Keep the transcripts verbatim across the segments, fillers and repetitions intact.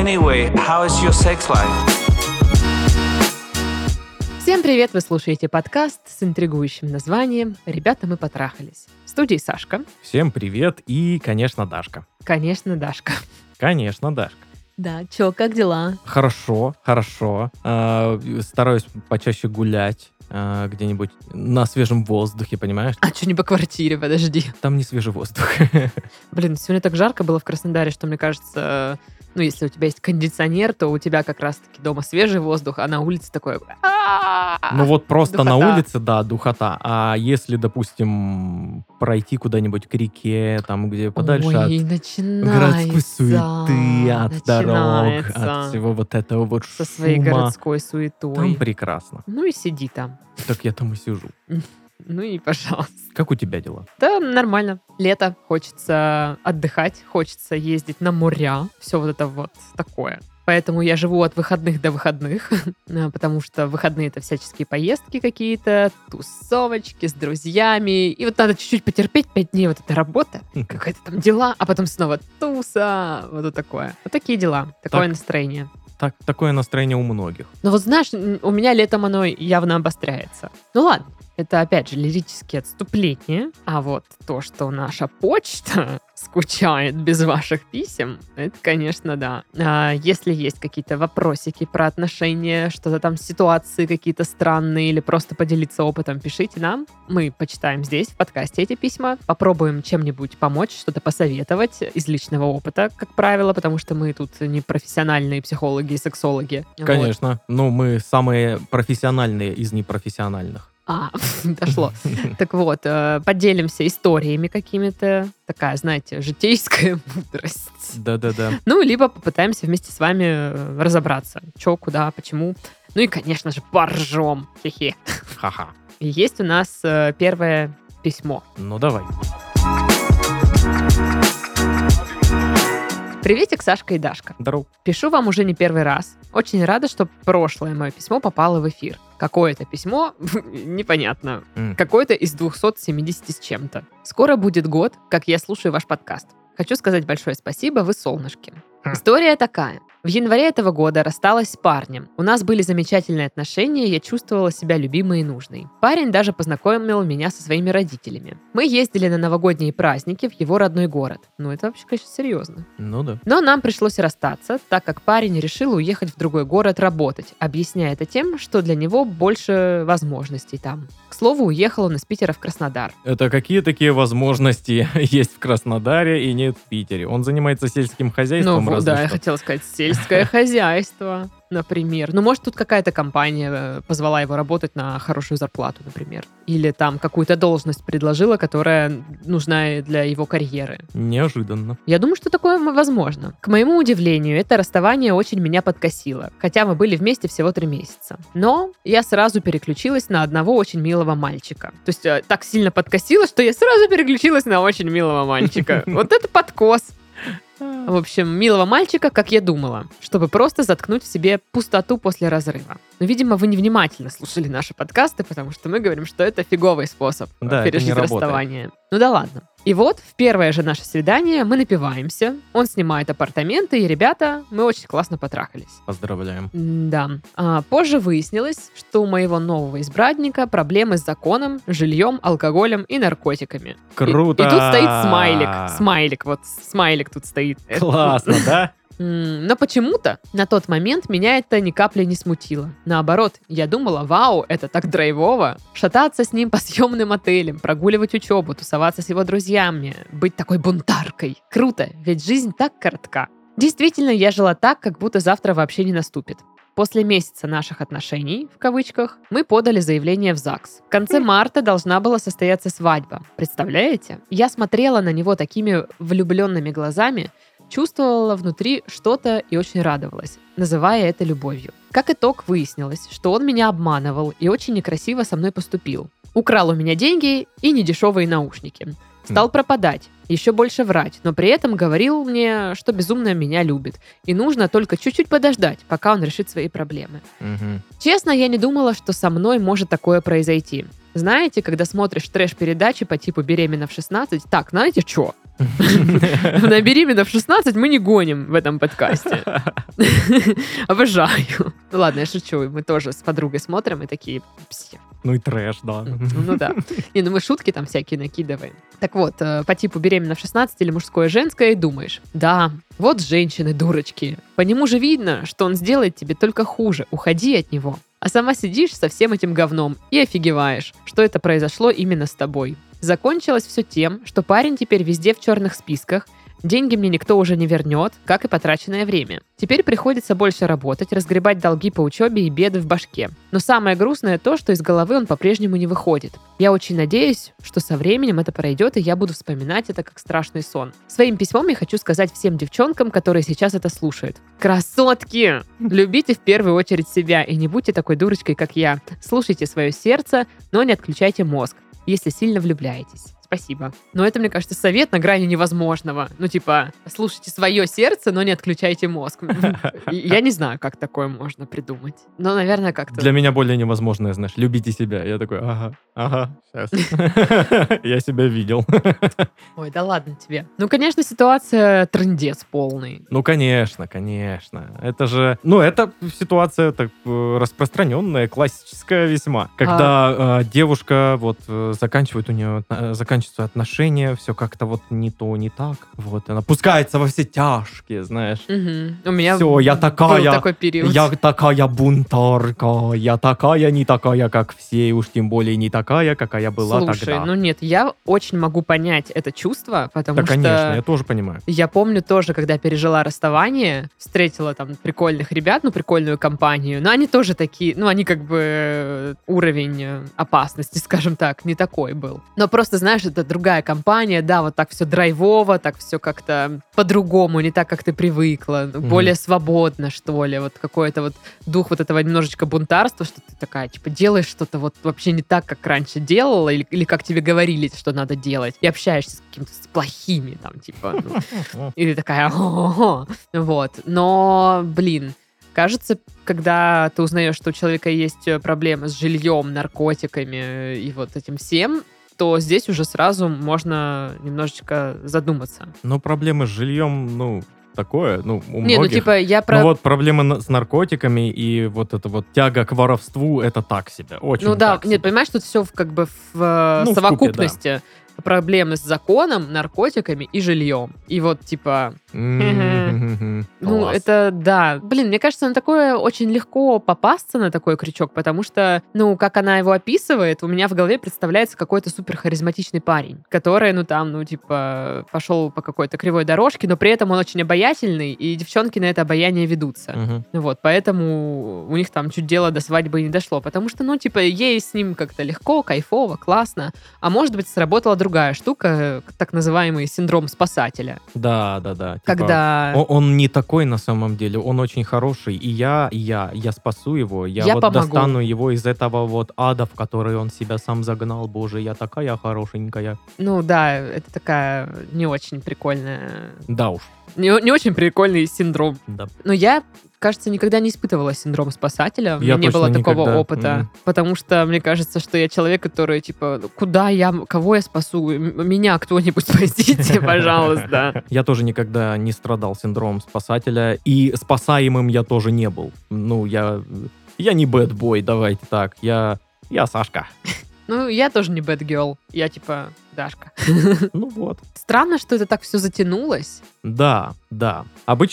Anyway, how is your sex life? Всем привет! Вы слушаете подкаст с интригующим названием «Ребята, мы потрахались». В студии Сашка. Всем привет и, конечно, Дашка. Конечно, Дашка. Конечно, Дашка. Да, чё, как дела? Хорошо, хорошо. Э, стараюсь почаще гулять э, где-нибудь на свежем воздухе, понимаешь? А чё не по квартире, подожди. Там не свежий воздух. Блин, сегодня так жарко было в Краснодаре, что, мне кажется, ну, если у тебя есть кондиционер, то у тебя как раз-таки дома свежий воздух, а на улице такое... Ну вот просто Духота. на улице, да, духота. А если, допустим, пройти куда-нибудь к реке, там, где подальше Ой, от начинается, городской суеты, от дорог, начинается. от всего вот этого вот Со своей шума, городской суетой. там прекрасно. Ну и сиди там. Так я там и сижу. Ну и пожалуйста. Как у тебя дела? Да, нормально. Лето, хочется отдыхать, хочется ездить на моря. Все вот это вот такое. Поэтому я живу от выходных до выходных, потому что выходные — это всяческие поездки какие-то, тусовочки с друзьями. И вот надо чуть-чуть потерпеть, пять дней вот эта работа, какая-то там дела, а потом снова туса, вот это такое. Вот такие дела, такое Так. настроение. Так, такое настроение у многих. Но вот знаешь, у меня летом оно явно обостряется. Ну ладно. Это, опять же, лирические отступления. А вот то, что наша почта скучает без ваших писем, это, конечно, да. А если есть какие-то вопросики про отношения, что-то там, ситуации какие-то странные, или просто поделиться опытом, пишите нам. Мы почитаем здесь, в подкасте, эти письма. Попробуем чем-нибудь помочь, что-то посоветовать из личного опыта, как правило, потому что мы тут не профессиональные психологи и сексологи. Конечно. Вот. Ну, мы самые профессиональные из непрофессиональных. А, дошло. Так вот, поделимся историями какими-то. Такая, знаете, житейская мудрость. Да-да-да. Ну, либо попытаемся вместе с вами разобраться. Чё, куда, почему. Ну и, конечно же, поржем. Хе-хе. Ха-ха. И есть у нас первое письмо. Ну, давай. Приветик, Сашка и Дашка. Здорово. Пишу вам уже не первый раз. Очень рада, что прошлое мое письмо попало в эфир. Какое-то письмо, непонятно. Mm. Какое-то из двухсот семидесяти с чем-то. Скоро будет год, как я слушаю ваш подкаст. Хочу сказать большое спасибо, вы солнышки. Mm. История такая. В январе этого года рассталась с парнем. У нас были замечательные отношения, я чувствовала себя любимой и нужной. Парень даже познакомил меня со своими родителями. Мы ездили на новогодние праздники в его родной город. Ну, это вообще, конечно, серьезно. Ну да. Но нам пришлось расстаться, так как парень решил уехать в другой город работать, объясняя это тем, что для него больше возможностей там. К слову, уехал он из Питера в Краснодар. Это какие такие возможности есть в Краснодаре и нет в Питере? Он занимается сельским хозяйством, Ну, разве да, что. я хотела сказать, сельское хозяйство, например. Ну, может, тут какая-то компания позвала его работать на хорошую зарплату, например. Или там какую-то должность предложила, которая нужна для его карьеры. Неожиданно. Я думаю, что такое возможно. К моему удивлению, это расставание очень меня подкосило, хотя мы были вместе всего три месяца. Но я сразу переключилась на одного очень милого мальчика. То есть э, так сильно подкосило, что я сразу переключилась на очень милого мальчика. Вот это подкос. В общем, милого мальчика, как я думала, чтобы просто заткнуть в себе пустоту после разрыва. Но, видимо, вы невнимательно слушали наши подкасты, потому что мы говорим, что это фиговый способ Да, пережить это не работает. расставание. Ну да ладно. И вот в первое же наше свидание мы напиваемся, он снимает апартаменты, и, ребята, мы очень классно потрахались. Поздравляем. Да. А позже выяснилось, что у моего нового избранника проблемы с законом, жильем, алкоголем и наркотиками. Круто! И, и тут стоит смайлик. Смайлик, вот смайлик тут стоит. Классно, да? Но почему-то на тот момент меня это ни капли не смутило. Наоборот, я думала, вау, это так драйвово. Шататься с ним по съемным отелям, прогуливать учебу, тусоваться с его друзьями, быть такой бунтаркой. Круто, ведь жизнь так коротка. Действительно, я жила так, как будто завтра вообще не наступит. После месяца наших отношений, в кавычках, мы подали заявление в ЗАГС. В конце марта должна была состояться свадьба. Представляете? Я смотрела на него такими влюбленными глазами, чувствовала внутри что-то и очень радовалась, называя это любовью. Как итог, выяснилось, что он меня обманывал и очень некрасиво со мной поступил. Украл у меня деньги и недешевые наушники. Стал пропадать, еще больше врать, но при этом говорил мне, что безумно меня любит. И нужно только чуть-чуть подождать, пока он решит свои проблемы. Угу. Честно, я не думала, что со мной может такое произойти. Знаете, когда смотришь трэш-передачи по типу «Беременна в шестнадцать», так, знаете что? На беременна в шестнадцать мы не гоним в этом подкасте. Обожаю. Ну ладно, я шучу. Мы тоже с подругой смотрим и такие... Пси. Ну и трэш, да. Ну да. Не, ну мы шутки там всякие накидываем. Так вот, э, по типу беременна в шестнадцать или мужское, женское, и думаешь, да, вот женщины дурочки. По нему же видно, что он сделает тебе только хуже. Уходи от него. А сама сидишь со всем этим говном и офигеваешь, что это произошло именно с тобой. Закончилось все тем, что парень теперь везде в черных списках, деньги мне никто уже не вернет, как и потраченное время. Теперь приходится больше работать, разгребать долги по учебе и беды в башке. Но самое грустное то, что из головы он по-прежнему не выходит. Я очень надеюсь, что со временем это пройдет, и я буду вспоминать это как страшный сон. Своим письмом я хочу сказать всем девчонкам, которые сейчас это слушают. Красотки! Любите в первую очередь себя и не будьте такой дурочкой, как я. Слушайте свое сердце, но не отключайте мозг, если сильно влюбляетесь. Спасибо. Но это, мне кажется, совет на грани невозможного. Ну, типа, слушайте свое сердце, но не отключайте мозг. Я не знаю, как такое можно придумать. Но, наверное, как-то... Для меня более невозможное, знаешь, любите себя. Я такой, ага, ага, сейчас. Я себя видел. Ой, да ладно тебе. Ну, конечно, ситуация трындец полный. Ну, конечно, конечно. Это же... Ну, это ситуация так э, распространенная, классическая весьма. Когда э, девушка вот э, заканчивает у нее... Э, заканчиваются отношения, все как-то вот не то, не так. Вот, она пускается во все тяжкие, знаешь. Угу. У меня все, я такая... был такой период. Я такая бунтарка, я такая, не такая, как все, и уж тем более не такая, какая была Слушай, тогда. Слушай, ну нет, я очень могу понять это чувство, потому да, что... конечно, я тоже понимаю. Я помню тоже, когда пережила расставание, встретила там прикольных ребят, ну, прикольную компанию, но они тоже такие, ну, они как бы уровень опасности, скажем так, не такой был. Но просто, знаешь, это другая компания, да, вот так все драйвово, так все как-то по-другому, не так, как ты привыкла, mm-hmm. более свободно, что ли, вот какой-то вот дух вот этого немножечко бунтарства, что ты такая, типа, делаешь что-то вот вообще не так, как раньше делала, или, или как тебе говорили, что надо делать, и общаешься с какими-то с плохими, там, типа, ну, и ты такая, о-о-о, вот, но, блин, кажется, когда ты узнаешь, что у человека есть проблемы с жильем, наркотиками и вот этим всем, то здесь уже сразу можно немножечко задуматься. Но проблемы с жильем, ну, такое, ну, у Не, многих. ну, типа, я про... Ну, вот проблемы с наркотиками и вот это вот тяга к воровству, это так себе, очень Ну, да, так нет, себе. понимаешь, тут все как бы в Ну, совокупности. В купе, да. Проблемы с законом, наркотиками и жильем. И вот, типа... Mm-hmm. Ну, Класс. это, да. Блин, мне кажется, на такое очень легко попасться, на такой крючок, потому что, ну, как она его описывает, у меня в голове представляется какой-то супер харизматичный парень, который, ну, там, ну, типа, пошел по какой-то кривой дорожке, но при этом он очень обаятельный, и девчонки на это обаяние ведутся. Mm-hmm. Вот, поэтому у них там чуть дело до свадьбы не дошло, потому что, ну, типа, ей с ним как-то легко, кайфово, классно, а может быть, сработала другая штука, так называемый синдром спасателя. Да, да, да. Типа, Когда... Он, он не такой на самом деле, он очень хороший, и я, и я, я спасу его, я, Я вот помогу. достану его из этого вот ада, в который он себя сам загнал, боже, я такая хорошенькая. Ну да, это такая не очень прикольная... Да уж. Не, не очень прикольный синдром. Да. Но я, кажется, никогда не испытывала синдром спасателя. У меня Я не было точно такого никогда. опыта. Мгм. Потому что мне кажется, что я человек, который, типа, куда я, кого я спасу? М- Меня кто-нибудь спасите, пожалуйста. Я тоже никогда не страдал синдромом спасателя, и спасаемым я тоже не был. Ну, я, я не бэдбой, давайте так, я, я Сашка. Ну, я тоже не bad girl. Я, типа, Дашка. Ну вот. Странно, что это так все затянулось. Да, да.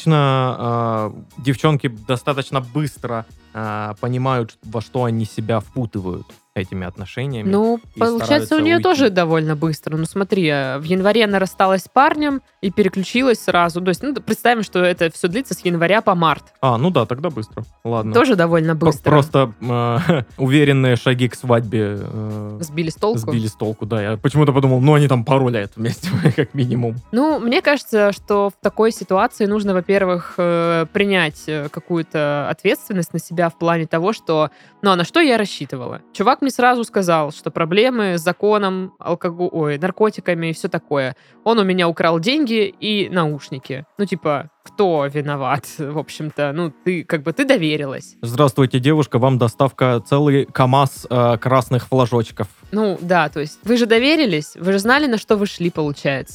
Обычно э, девчонки достаточно быстро э, понимают, во что они себя впутывают этими отношениями. Ну, и получается, стараются у нее уйти. тоже довольно быстро. Ну, смотри, э, в январе она рассталась с парнем и переключилась сразу. То есть, ну, представим, что это все длится с января по март. А, ну да, тогда быстро. Ладно. Тоже довольно П- быстро. Просто э, уверенные шаги к свадьбе э, Сбили с толку. сбили с толку, да. Я почему-то подумал, ну они там пару лет вместе, как минимум. Ну, мне кажется, что в такой ситуации нужно, во-первых, э, принять э, какую-то ответственность на себя в плане того, что, ну, а на что я рассчитывала? Чувак мне сразу сказал, что проблемы с законом, алкоголь, ой, наркотиками и все такое. Он у меня украл деньги и наушники. Ну, типа, кто виноват, в общем-то? Ну, ты, как бы, ты доверилась. Здравствуйте, девушка, вам доставка целый КамАЗ э, красных флажочков. Ну, да, то есть вы же доверились, вы же знали, на что вы шли, получается.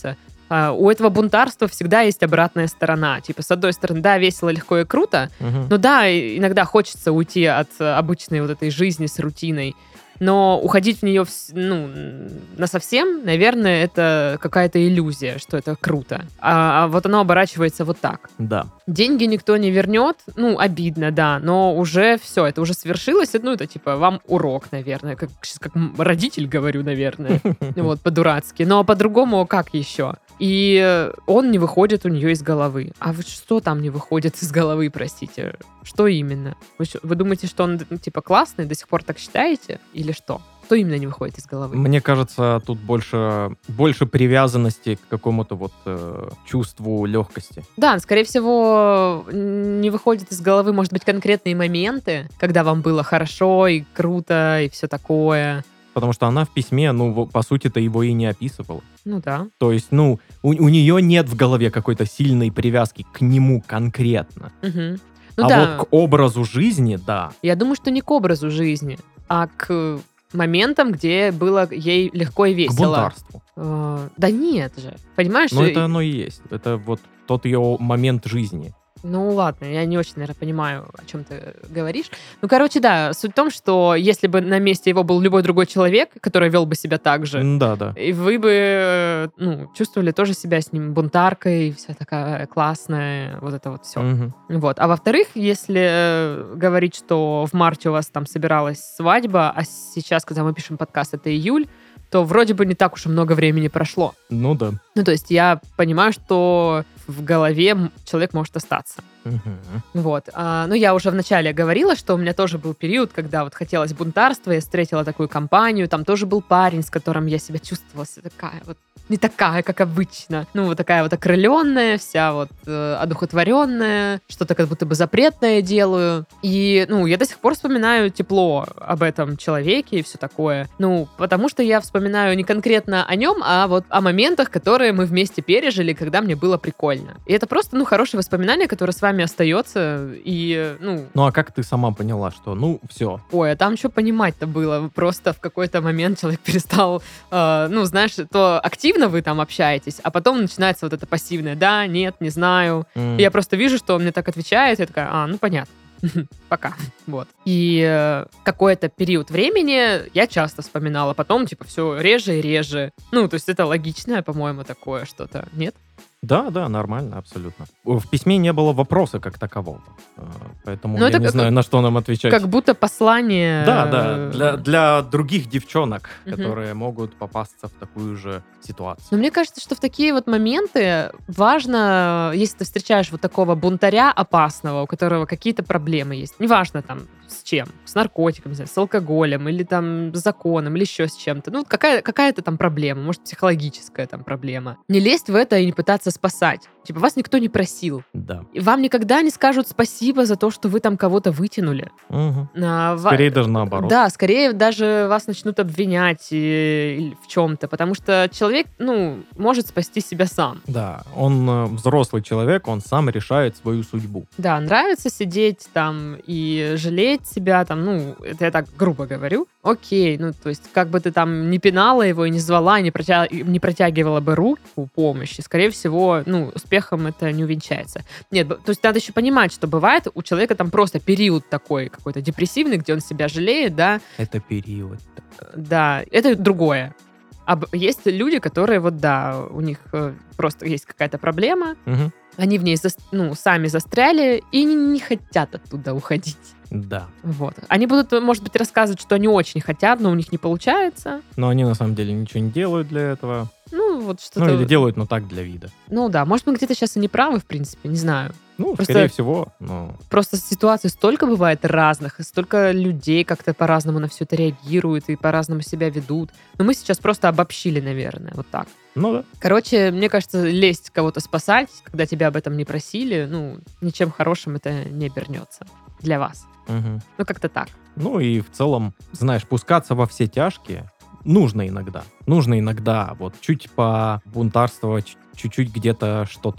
А, у этого бунтарства всегда есть обратная сторона. Типа, с одной стороны, да, весело, легко и круто, Мгм. но да, и- иногда хочется уйти от э, обычной вот этой жизни с рутиной. Но уходить в нее ну, на совсем, наверное, это какая-то иллюзия, что это круто. А, а вот оно оборачивается вот так. Да. Деньги никто не вернет, ну, обидно, да, но уже все, это уже свершилось, ну, это типа вам урок, наверное, как, сейчас как м- родитель говорю, наверное, вот, по-дурацки, но по-другому как еще? И э, он не выходит у нее из головы. А вот что там не выходит из головы, простите? Что именно? Вы, что, вы думаете, что он, ну, типа, классный, до сих пор так считаете? Или что? Что именно не выходит из головы? Мне кажется, тут больше, больше привязанности к какому-то вот э, чувству легкости. Да, скорее всего, не выходит из головы, может быть, конкретные моменты, когда вам было хорошо и круто, и все такое. Потому что она в письме, ну, во- по сути-то его и не описывала. Ну да. То есть, ну, у, у нее нет в голове какой-то сильной привязки к нему конкретно. Мгм. Ну а да, вот к образу жизни, да. я думаю, что не к образу жизни, а к моментам, где было ей легко и К весело. бунтарству. Э, Да нет же. Понимаешь? Но и- это оно и есть. Это вот тот ее момент жизни. Ну ладно, я не очень, наверное, понимаю, о чем ты говоришь. Ну, короче, да, суть в том, что если бы на месте его был любой другой человек, который вел бы себя так же, М, Да, да. и вы бы, э, ну, чувствовали тоже себя с ним бунтаркой, вся такая классная, вот это вот все. Мгм. Вот. А во-вторых, если э, говорить, что в марте у вас там собиралась свадьба, а сейчас, когда мы пишем подкаст, это июль, то вроде бы не так уж и много времени прошло. Ну да. Ну, то есть я понимаю, что в голове м- человек может остаться. Мгм. Вот. А, ну, я уже вначале говорила, что у меня тоже был период, когда вот хотелось бунтарства, я встретила такую компанию, там тоже был парень, с которым я себя чувствовала вся такая вот, не такая, как обычно. Ну, вот такая вот окрыленная, вся вот э, одухотворенная, что-то как будто бы запретное делаю. И, ну, я до сих пор вспоминаю тепло об этом человеке и все такое. Ну, потому что я вспоминаю не конкретно о нем, а вот о моментах, которые мы вместе пережили, когда мне было прикольно. И это просто, ну, хорошее воспоминание, которое с вами остается. И, ну, Ну а как ты сама поняла, что, ну, все, ой, а там что понимать-то было? Просто в какой-то момент человек перестал, э, ну, знаешь, то активно вы там общаетесь, а потом начинается вот это пассивное. Да, нет, не знаю. И я просто вижу, что он мне так отвечает, и я такая, а, ну, понятно. Пока. Вот. И э, какой-то период времени я часто вспоминала. Потом, типа, все реже и реже. Ну, то есть это логичное, по-моему, такое что-то. Нет? Да, да, нормально, абсолютно. В письме не было вопроса как такового. э, Поэтому Ну, я это не как- знаю, на что нам отвечать. Как будто послание... Да, да, э, для, для других девчонок, Мгм. которые могут попасться в такую же ситуацию. Но мне кажется, что в такие вот моменты важно, если ты встречаешь вот такого бунтаря опасного, у которого какие-то проблемы есть, неважно там с чем, с наркотиками, не знаю, с алкоголем или там с законом, или еще с чем-то. Ну, какая, какая-то там проблема, может, психологическая там проблема. Не лезть в это и не пытаться спасать. Типа, вас никто не просил. Да. И вам никогда не скажут спасибо за то, что вы там кого-то вытянули. Мгм. А, ва- Скорее даже наоборот. Да, скорее даже вас начнут обвинять э, или в чем-то, потому что человек, ну, может спасти себя сам. Да, он э, взрослый человек, он сам решает свою судьбу. Да, нравится сидеть там и жалеть себя, там, ну, это я так грубо говорю. Окей, ну, то есть, как бы ты там не пинала его и не звала, и не, протя... и не протягивала бы руку помощи, скорее всего, ну, успехом это не увенчается. Нет, б- то есть надо еще понимать, что бывает у человека там просто период такой какой-то депрессивный, где он себя жалеет, да, Это период. да, это другое. А б- есть люди, которые вот, да, у них э, просто есть какая-то проблема, Мгм. они в ней зас- ну, сами застряли и не, не хотят оттуда уходить. Да. Вот. Они будут, может быть, рассказывать, что они очень хотят, но у них не получается. Но они на самом деле ничего не делают для этого. Ну, вот что-то... Ну, или делают, но так для вида. Ну да, может, мы где-то сейчас и не правы, в принципе, не знаю. Ну, Просто- скорее всего, но... Просто ситуаций столько бывает разных, и столько людей как-то по-разному на все это реагируют и по-разному себя ведут. Но мы сейчас просто обобщили, наверное, вот так. Ну да. Короче, мне кажется, лезть кого-то спасать, когда тебя об этом не просили, ну, ничем хорошим это не обернется для вас. Мгм. Ну, как-то так. Ну и в целом, знаешь, пускаться во все тяжкие нужно иногда. Нужно иногда вот чуть побунтарствовать, чуть-чуть где-то что-то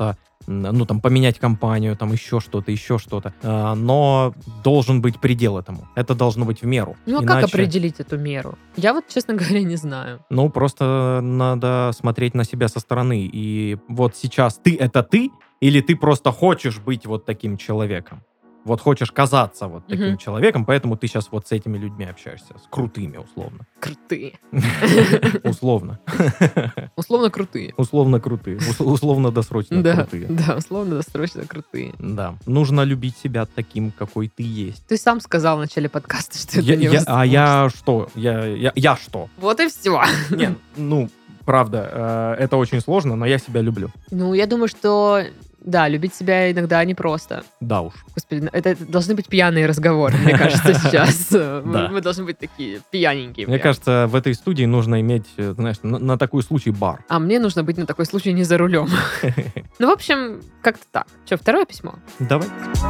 ну, там, поменять компанию, там, еще что-то, еще что-то. А, но должен быть предел этому. Это должно быть в меру. Ну, а Иначе... как определить эту меру? Я вот, честно говоря, не знаю. Ну, просто надо смотреть на себя со стороны. И вот сейчас ты — это ты, или ты просто хочешь быть вот таким человеком? Вот хочешь казаться вот таким Мгм. человеком, поэтому ты сейчас вот с этими людьми общаешься. С крутыми, условно. Крутые. Условно. Условно крутые. Условно крутые. Ус- Условно-досрочно Да, крутые. да, условно досрочно крутые. Да. Нужно любить себя таким, какой ты есть. Ты сам сказал в начале подкаста, что это Я- я- невозможно. а я что? Я, я, я что? Вот и все. Не, ну, правда, э, это очень сложно, но я себя люблю. Ну, я думаю, что, да, любить себя иногда непросто. Да уж. Господи, это, это должны быть пьяные разговоры, мне кажется, сейчас. Мы, Да. мы должны быть такие пьяненькие. Мне прям. кажется, в этой студии нужно иметь, э, знаешь, на, на такой случай бар. А мне нужно быть на такой случай не за рулем. Ну, в общем, как-то так. Что, второе письмо? Давай.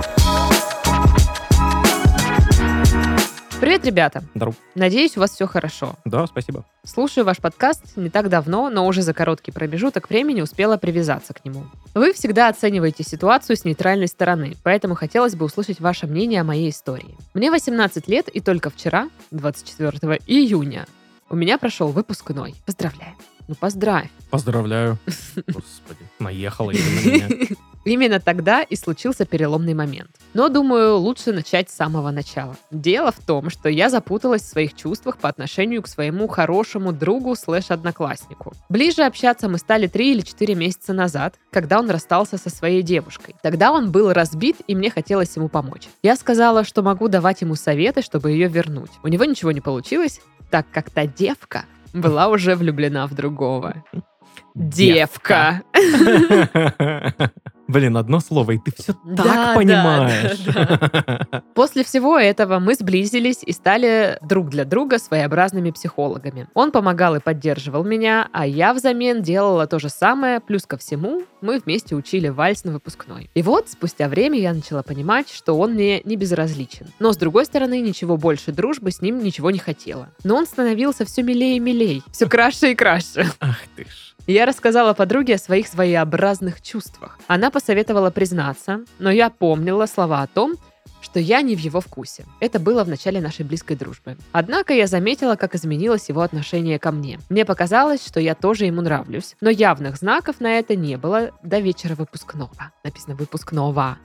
Привет, ребята. Здорово. Надеюсь, у вас все хорошо. Да, спасибо. Слушаю ваш подкаст не так давно, но уже за короткий промежуток времени успела привязаться к нему. Вы всегда оцениваете ситуацию с нейтральной стороны, поэтому хотелось бы услышать ваше мнение о моей истории. Мне восемнадцать лет, и только вчера, двадцать четвёртого июня, у меня прошел выпускной. Поздравляю. Ну, поздравь. Поздравляю. Господи, наехала именно на меня. Именно тогда и случился переломный момент. Но, думаю, лучше начать с самого начала. Дело в том, что я запуталась в своих чувствах по отношению к своему хорошему другу слэш-однокласснику. Ближе общаться мы стали три или четыре месяца назад, когда он расстался со своей девушкой. Тогда он был разбит, и мне хотелось ему помочь. Я сказала, что могу давать ему советы, чтобы ее вернуть. У него ничего не получилось, так как та девка была уже влюблена в другого. Девка. Блин, одно слово, и ты все Да, так да, понимаешь. да, После всего этого мы сблизились и стали друг для друга своеобразными психологами. Он помогал и поддерживал меня, а я взамен делала то же самое, плюс ко всему мы вместе учили вальс на выпускной. И вот спустя время я начала понимать, что он мне не безразличен. Но с другой стороны, ничего больше дружбы с ним ничего не хотела. Но он становился все милее и милей, все краше и краше. Ах ты ж. Я рассказала подруге о своих своеобразных чувствах. Она посоветовала признаться, но я помнила слова о том, что я не в его вкусе. Это было в начале нашей близкой дружбы. Однако я заметила, как изменилось его отношение ко мне. Мне показалось, что я тоже ему нравлюсь, но явных знаков на это не было до вечера выпускного. Написано «выпускного».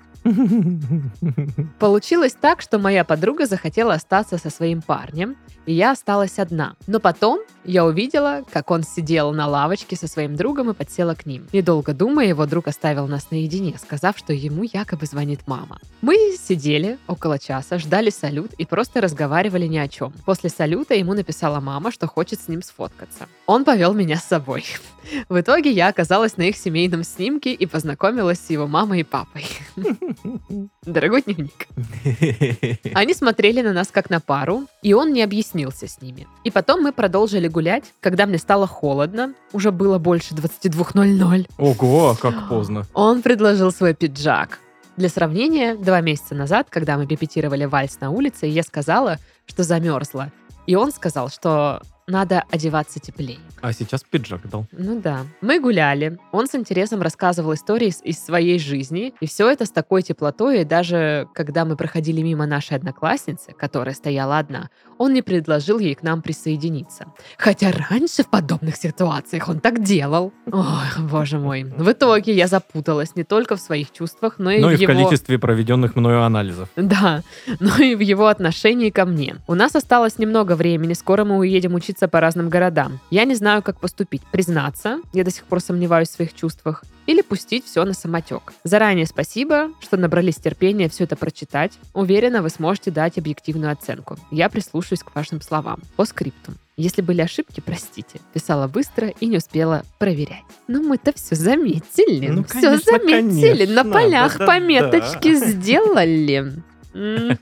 Получилось так, что моя подруга захотела остаться со своим парнем, и я осталась одна. Но потом я увидела, как он сидел на лавочке со своим другом и подсела к ним. Недолго думая, его друг оставил нас наедине, сказав, что ему якобы звонит мама. Мы сидели около часа, ждали салют и просто разговаривали ни о чем. После салюта ему написала мама, что хочет с ним сфоткаться. Он повел меня с собой. В итоге я оказалась на их семейном снимке и познакомилась с его мамой и папой. Дорогой дневник. Они смотрели на нас как на пару, и он не объяснился с ними. И потом мы продолжили гулять, когда мне стало холодно, уже было больше двадцать два ноль ноль. Ого, как поздно. Он предложил свой пиджак. Для сравнения, два месяца назад, когда мы репетировали вальс на улице, я сказала, что замерзла. И он сказал, что надо одеваться теплее. А сейчас пиджак дал. Ну да. Мы гуляли. Он с интересом рассказывал истории из- из своей жизни. И все это с такой теплотой. И даже когда мы проходили мимо нашей одноклассницы, которая стояла одна, он не предложил ей к нам присоединиться. Хотя раньше в подобных ситуациях он так делал. Ой, боже мой. В итоге я запуталась не только в своих чувствах, но и Ну в и в его... количестве проведенных мною анализов. Да, но и в его отношении ко мне. У нас осталось немного времени, скоро мы уедем учиться по разным городам. Я не знаю, как поступить. Признаться, я до сих пор сомневаюсь в своих чувствах, или пустить все на самотек. Заранее спасибо, что набрались терпения все это прочитать. Уверена, вы сможете дать объективную оценку. Я прислушаюсь к вашим словам. По скрипту. Если были ошибки, простите. Писала быстро и не успела проверять. Ну, мы-то все заметили. Ну, все конечно, заметили. На конечно. полях Да-да-да. пометочки сделали. Мгм.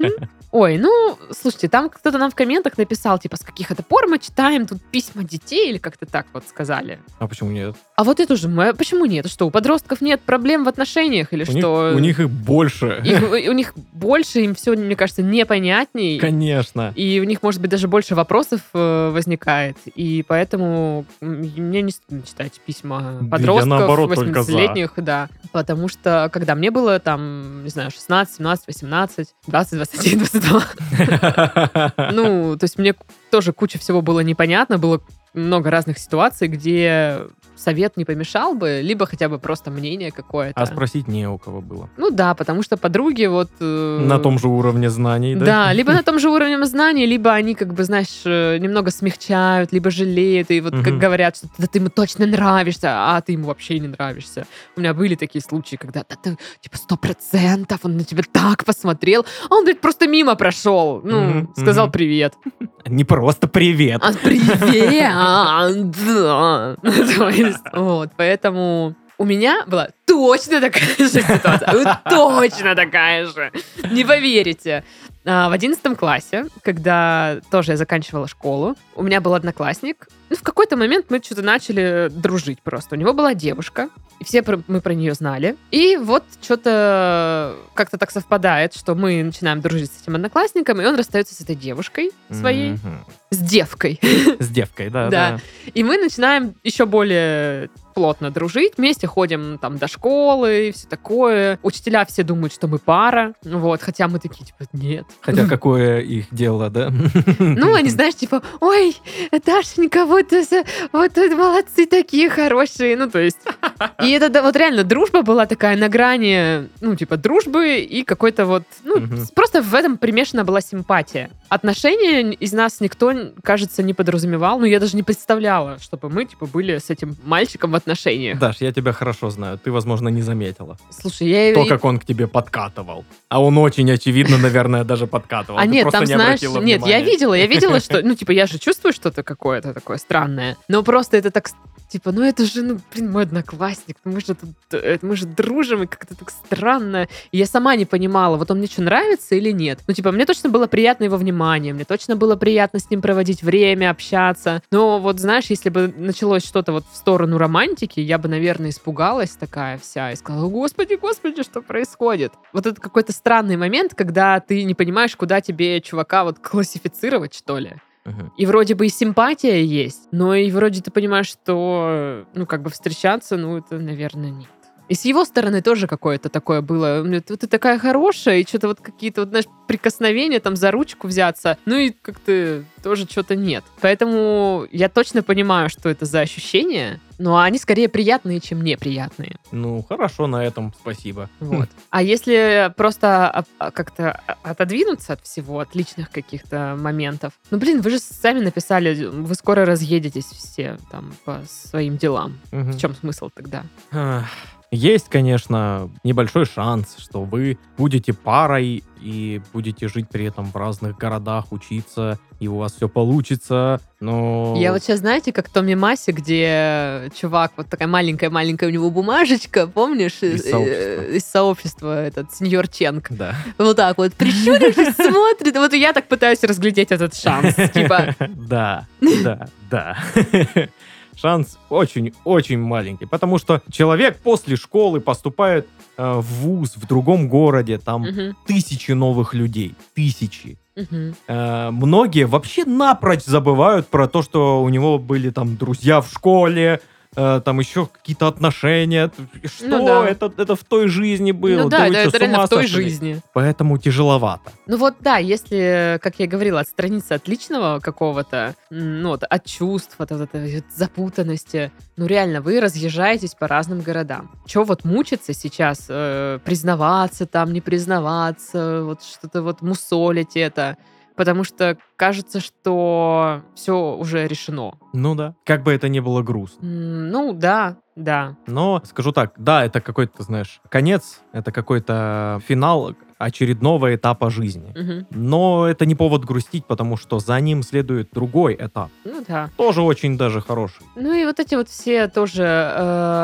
Ой, ну, слушайте, там кто-то нам в комментах написал, типа, с каких это пор мы читаем тут письма детей, или как-то так вот сказали. А почему нет? А вот это же, мы, почему нет? Что, у подростков нет проблем в отношениях, или У что? них, у них их больше. Их- у них больше, им все, мне кажется, непонятней. Конечно. И у них, может быть, даже больше вопросов э, возникает. И поэтому м, мне не стыдно читать письма Да я подростков, наоборот только за. восемнадцатилетних, да. Потому что, когда мне было там, не знаю, шестнадцать, семнадцать, восемнадцать, двадцать, двадцать один, двадцать два. Ну, то есть мне тоже куча всего было непонятно, было много разных ситуаций, где совет не помешал бы, либо хотя бы просто мнение какое-то. А спросить не у кого было. Ну да, потому что подруги вот... э, На том же уровне знаний, да? Да, либо на том же уровне знаний, либо они, как бы, знаешь, э, немного смягчают, либо жалеют, и вот как Мгм. говорят, что да ты ему точно нравишься, а ты ему вообще не нравишься. У меня были такие случаи, когда да ты, типа, сто процентов, он на тебя так посмотрел, а он, блядь, просто мимо прошел. Ну, Мгм, сказал мгм. привет. Не просто привет. А, привет! А, да. То есть, вот, поэтому у меня была точно такая же ситуация. Вот точно такая же. Не поверите. А, В одиннадцатом классе, когда тоже я заканчивала школу, у меня был одноклассник. Ну, в какой-то момент мы что-то начали дружить просто. У него была девушка, и все про- мы про нее знали. И вот что-то как-то так совпадает, что мы начинаем дружить с этим одноклассником, и он расстается с этой девушкой своей, Мгм. с девкой. С девкой, да, Да. да. И мы начинаем еще более плотно дружить, вместе ходим там до школы и все такое. Учителя все думают, что мы пара, вот, хотя мы такие, типа, нет. Хотя какое их дело, да? Ну, они, знаешь, типа, ой, Дашенька, вот, это- вот это молодцы такие хорошие, ну, то есть. И это да, вот реально дружба была такая на грани, ну, типа, дружбы и какой-то вот, ну, Мгм. с- просто в этом примешана была симпатия. Отношения из нас никто, кажется, не подразумевал, ну, я даже не представляла, чтобы мы, типа, были с этим мальчиком в отношениях. Даш, я тебя хорошо знаю. Ты, возможно, не заметила. Слушай, я... То, и- как он к тебе подкатывал. А он очень очевидно, наверное, даже подкатывал. А Ты нет, просто там, не знаешь, обратила нет, я внимания. видела, я видела, что, ну, типа, я же чувствую что-то какое-то такое странное, но просто это так, типа, ну, это же, ну, блин, мой одноклассник, ну, мы же тут, э, мы же дружим, и как-то так странно. И я сама не понимала, вот он мне что, нравится или нет. Ну, типа, мне точно было приятно его внимание, мне точно было приятно с ним проводить время, общаться, но вот, знаешь, если бы началось что-то вот в сторону романтики, я бы, наверное, испугалась такая вся и сказала, господи, господи, что происходит? Вот это какой-то странный момент, когда ты не понимаешь, куда тебе чувака вот классифицировать, что ли. Мгм. И вроде бы и симпатия есть, но и вроде ты понимаешь, что, ну, как бы встречаться, ну, это, наверное, нет. И с его стороны тоже какое-то такое было. Ну, Ты, ты такая хорошая, и что-то вот какие-то, вот, знаешь, прикосновения, там, за ручку взяться. Ну, и как-то тоже что-то нет. Поэтому я точно понимаю, что это за ощущения, но они скорее приятные, чем неприятные. Ну, хорошо, на этом спасибо. Вот. А если просто а, а, как-то а- отодвинуться от всего, от личных каких-то моментов, ну, блин, вы же сами написали, вы скоро разъедетесь все там по своим делам. Мгм. В чем смысл тогда? Ах, Есть, конечно, небольшой шанс, что вы будете парой и будете жить при этом в разных городах, учиться, и у вас все получится, но... Я вот сейчас, знаете, как в том мемасе, где чувак, вот такая маленькая-маленькая у него бумажечка, помнишь? Из э, сообщества. Из сообщества, этот сеньор Ченг. Да. Вот так вот, прищурившись, смотрит. Вот и я так пытаюсь разглядеть этот шанс. Типа, Да, да, да. Шанс очень-очень маленький, потому что человек после школы поступает э, в вуз в другом городе, там мгм, тысячи новых людей, тысячи. мгм. Э, многие вообще напрочь забывают про то, что у него были там друзья в школе, э, там еще какие-то отношения. Что Ну да. это, это в той жизни было? Ну да, вы это, что, это с реально ума в той сошли? жизни. Поэтому тяжеловато. Ну вот да, если, как я и говорила, отстраниться от личного какого-то, м, ну вот, от чувств, от вот этой вот запутанности, ну реально, вы разъезжаетесь по разным городам. Че вот мучиться сейчас, э, признаваться там, не признаваться, вот что-то вот мусолить это, потому что кажется, что все уже решено. Ну да. Как бы это ни было грустно. М, Ну да, да. Но скажу так, да, это какой-то, знаешь, конец, это какой-то финал очередного этапа жизни. Мгм. Но это не повод грустить, потому что за ним следует другой этап. Ну да. Тоже очень даже хороший. Ну и вот эти вот все тоже э,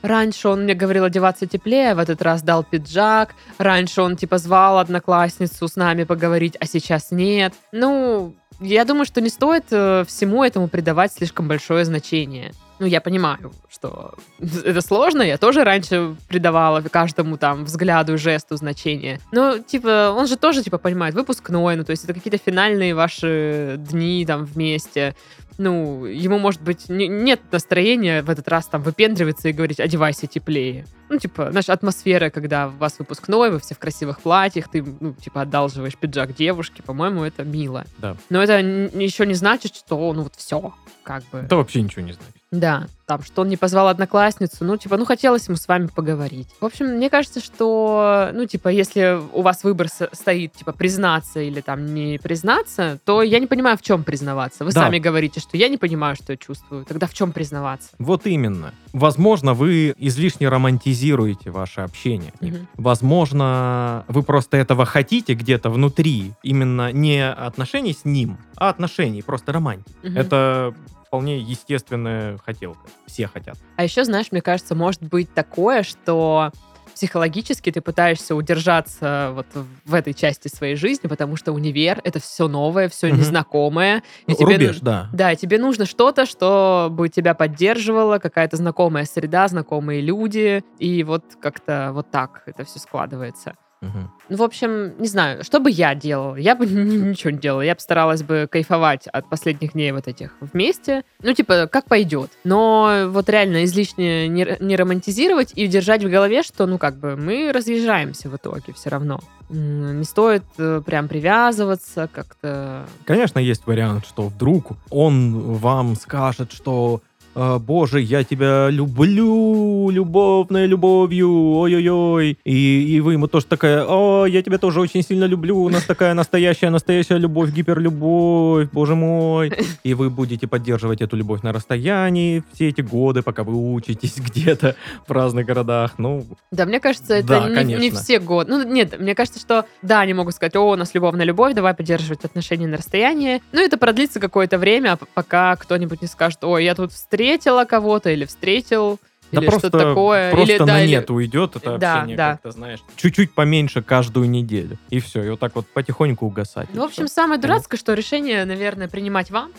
раньше он мне говорил одеваться теплее, в этот раз дал пиджак, раньше он типа звал одноклассницу с нами поговорить, а сейчас нет. Ну, я думаю, что не стоит э, всему этому придавать слишком большое значение. Ну, я понимаю, что это сложно, я тоже раньше придавала каждому там взгляду и жесту значение. Но, типа, он же тоже, типа, понимает, выпускной, ну, то есть это какие-то финальные ваши дни там вместе. Ну, ему, может быть, не, нет настроения в этот раз там выпендриваться и говорить, одевайся теплее. Ну, типа, наша атмосфера, когда у вас выпускной, вы все в красивых платьях, ты, ну, типа, одалживаешь пиджак девушке, по-моему, это мило. Да. Но это н- еще не значит, что, ну, вот все, как бы. Это вообще ничего не значит. Да, там, что он не позвал одноклассницу, ну, типа, ну, хотелось ему с вами поговорить. В общем, мне кажется, что, ну, типа, если у вас выбор со- стоит, типа, признаться или там не признаться, то я не понимаю, в чем признаваться. Вы Да. сами говорите, что я не понимаю, что я чувствую. Тогда в чем признаваться? Вот именно. Возможно, вы излишне романтизируете ваше общение. Мгм. Возможно, вы просто этого хотите где-то внутри. Именно не отношений с ним, а отношений, просто романтики. Мгм. Это вполне естественная хотелка. Все хотят. А еще, знаешь, мне кажется, может быть такое, что психологически ты пытаешься удержаться вот в этой части своей жизни, потому что универ — это все новое, все Мгм. незнакомое. и Ну, тебе рубеж, нуж- да. Да, и тебе нужно что-то, что бы тебя поддерживало, какая-то знакомая среда, знакомые люди, и вот как-то вот так это все складывается. Мгм. Ну, в общем, не знаю, что бы я делала? Я бы ничего не делала. Я бы старалась бы кайфовать от последних дней вот этих вместе. Ну, типа, как пойдет. Но вот реально излишне не, р- не романтизировать и держать в голове, что, ну, как бы, мы разъезжаемся в итоге все равно. М, Не стоит э, прям привязываться как-то. Конечно, есть вариант, что вдруг он вам скажет, что «А, боже, я тебя люблю, любовной любовью, ой-ой-ой». И, и вы ему тоже такая: «О, я тебя тоже очень сильно люблю, у нас такая настоящая-настоящая любовь, гиперлюбовь, боже мой». И вы будете поддерживать эту любовь на расстоянии все эти годы, пока вы учитесь где-то в разных городах. Ну, Да, мне кажется, это Да, не, конечно. не все годы. Ну, нет, мне кажется, что да, они могут сказать: о, у нас любовная любовь, давай поддерживать отношения на расстоянии. Ну, это продлится какое-то время, а п- пока кто-нибудь не скажет: ой, я тут встретила кого-то или встретил, да или просто, что-то такое. просто или, да, на или- нет уйдет это Да, общение, да. как-то, знаешь, чуть-чуть поменьше каждую неделю. И все, и вот так вот потихоньку угасать. и Ну, в общем, всё. самое дурацкое, что решение, наверное, принимать вам.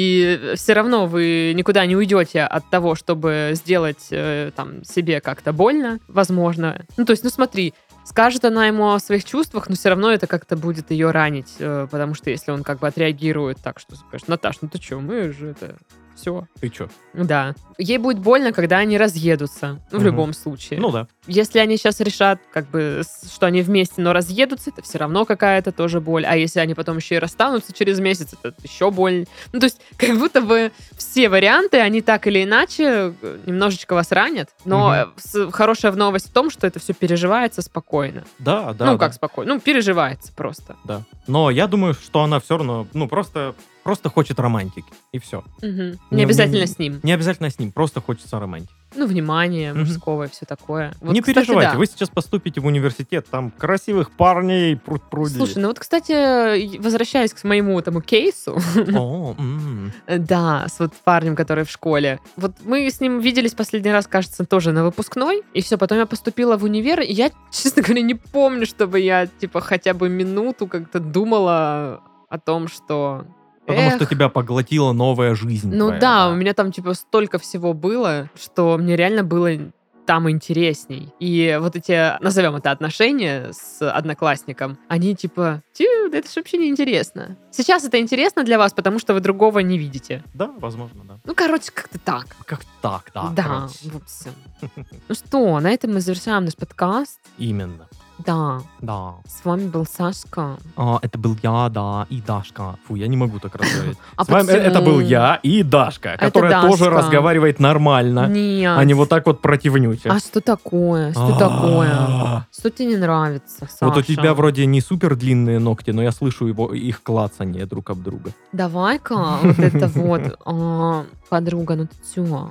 И все равно вы никуда не уйдете от того, чтобы сделать э, там себе как-то больно, возможно. Ну, то есть, ну смотри, скажет она ему о своих чувствах, но все равно это как-то будет ее ранить, э, потому что если он как бы отреагирует так, что скажет: Наташ, ну ты что, мы же это... Все. Ты чё? Да. Ей будет больно, когда они разъедутся. Ну, в Мгм. любом случае. Ну да. Если они сейчас решат, как бы, с- что они вместе, но разъедутся, это все равно какая-то тоже боль. А если они потом еще и расстанутся через месяц, это еще боль. Ну, то есть, как будто бы все варианты, они так или иначе э, немножечко вас ранят. Но Мгм. э, с- хорошая новость в том, что это все переживается спокойно. Да, да. ну, да, как спокойно? Ну, переживается просто. да. Но я думаю, что она все равно, ну, просто, просто хочет романтики. И все. Мгм. Не, Не- обязательно не- с ним. Не обязательно с ним, просто хочется романтики. Ну, внимание Мгм. мужского и все такое. Вот, не кстати, переживайте, да. вы сейчас поступите в университет, там красивых парней пруд-пруди. Слушай, ну вот, кстати, и- возвращаясь к моему тому кейсу, О, м. да, с вот парнем, который в школе. Вот мы с ним виделись последний раз, кажется, тоже на выпускной, и все, потом я поступила в универ, и я, честно говоря, не помню, чтобы я, типа, хотя бы минуту как-то думала о том, что... Потому эх, что тебя поглотила новая жизнь. ну твоя, да, у меня там, типа, столько всего было, что мне реально было там интересней. И вот эти, назовем это, отношения с одноклассником, они типа, тю, да это же вообще не интересно. Сейчас это интересно для вас, потому что вы другого не видите. Да, возможно, да. Ну, короче, как-то так. Как так, да. Да, короче. вот всё. Ну что, на этом мы завершаем наш подкаст. Именно. Да, Да. с вами был Сашка. А, это был я, да, и Дашка. Фу, я не могу так разговаривать. А С вами почему? это был я и Дашка, Это которая тоже Дашка. разговаривает нормально, Нет. а не вот так вот противнюче. А что такое? Что А. такое? Что тебе не нравится, Саша? Вот у тебя вроде не супер длинные ногти, но я слышу его, их клацанье друг об друга. Давай-ка вот это вот, а, подруга, ну ты чё?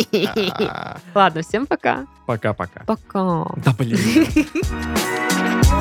Ладно, всем пока. Пока-пока. Пока. Да блин.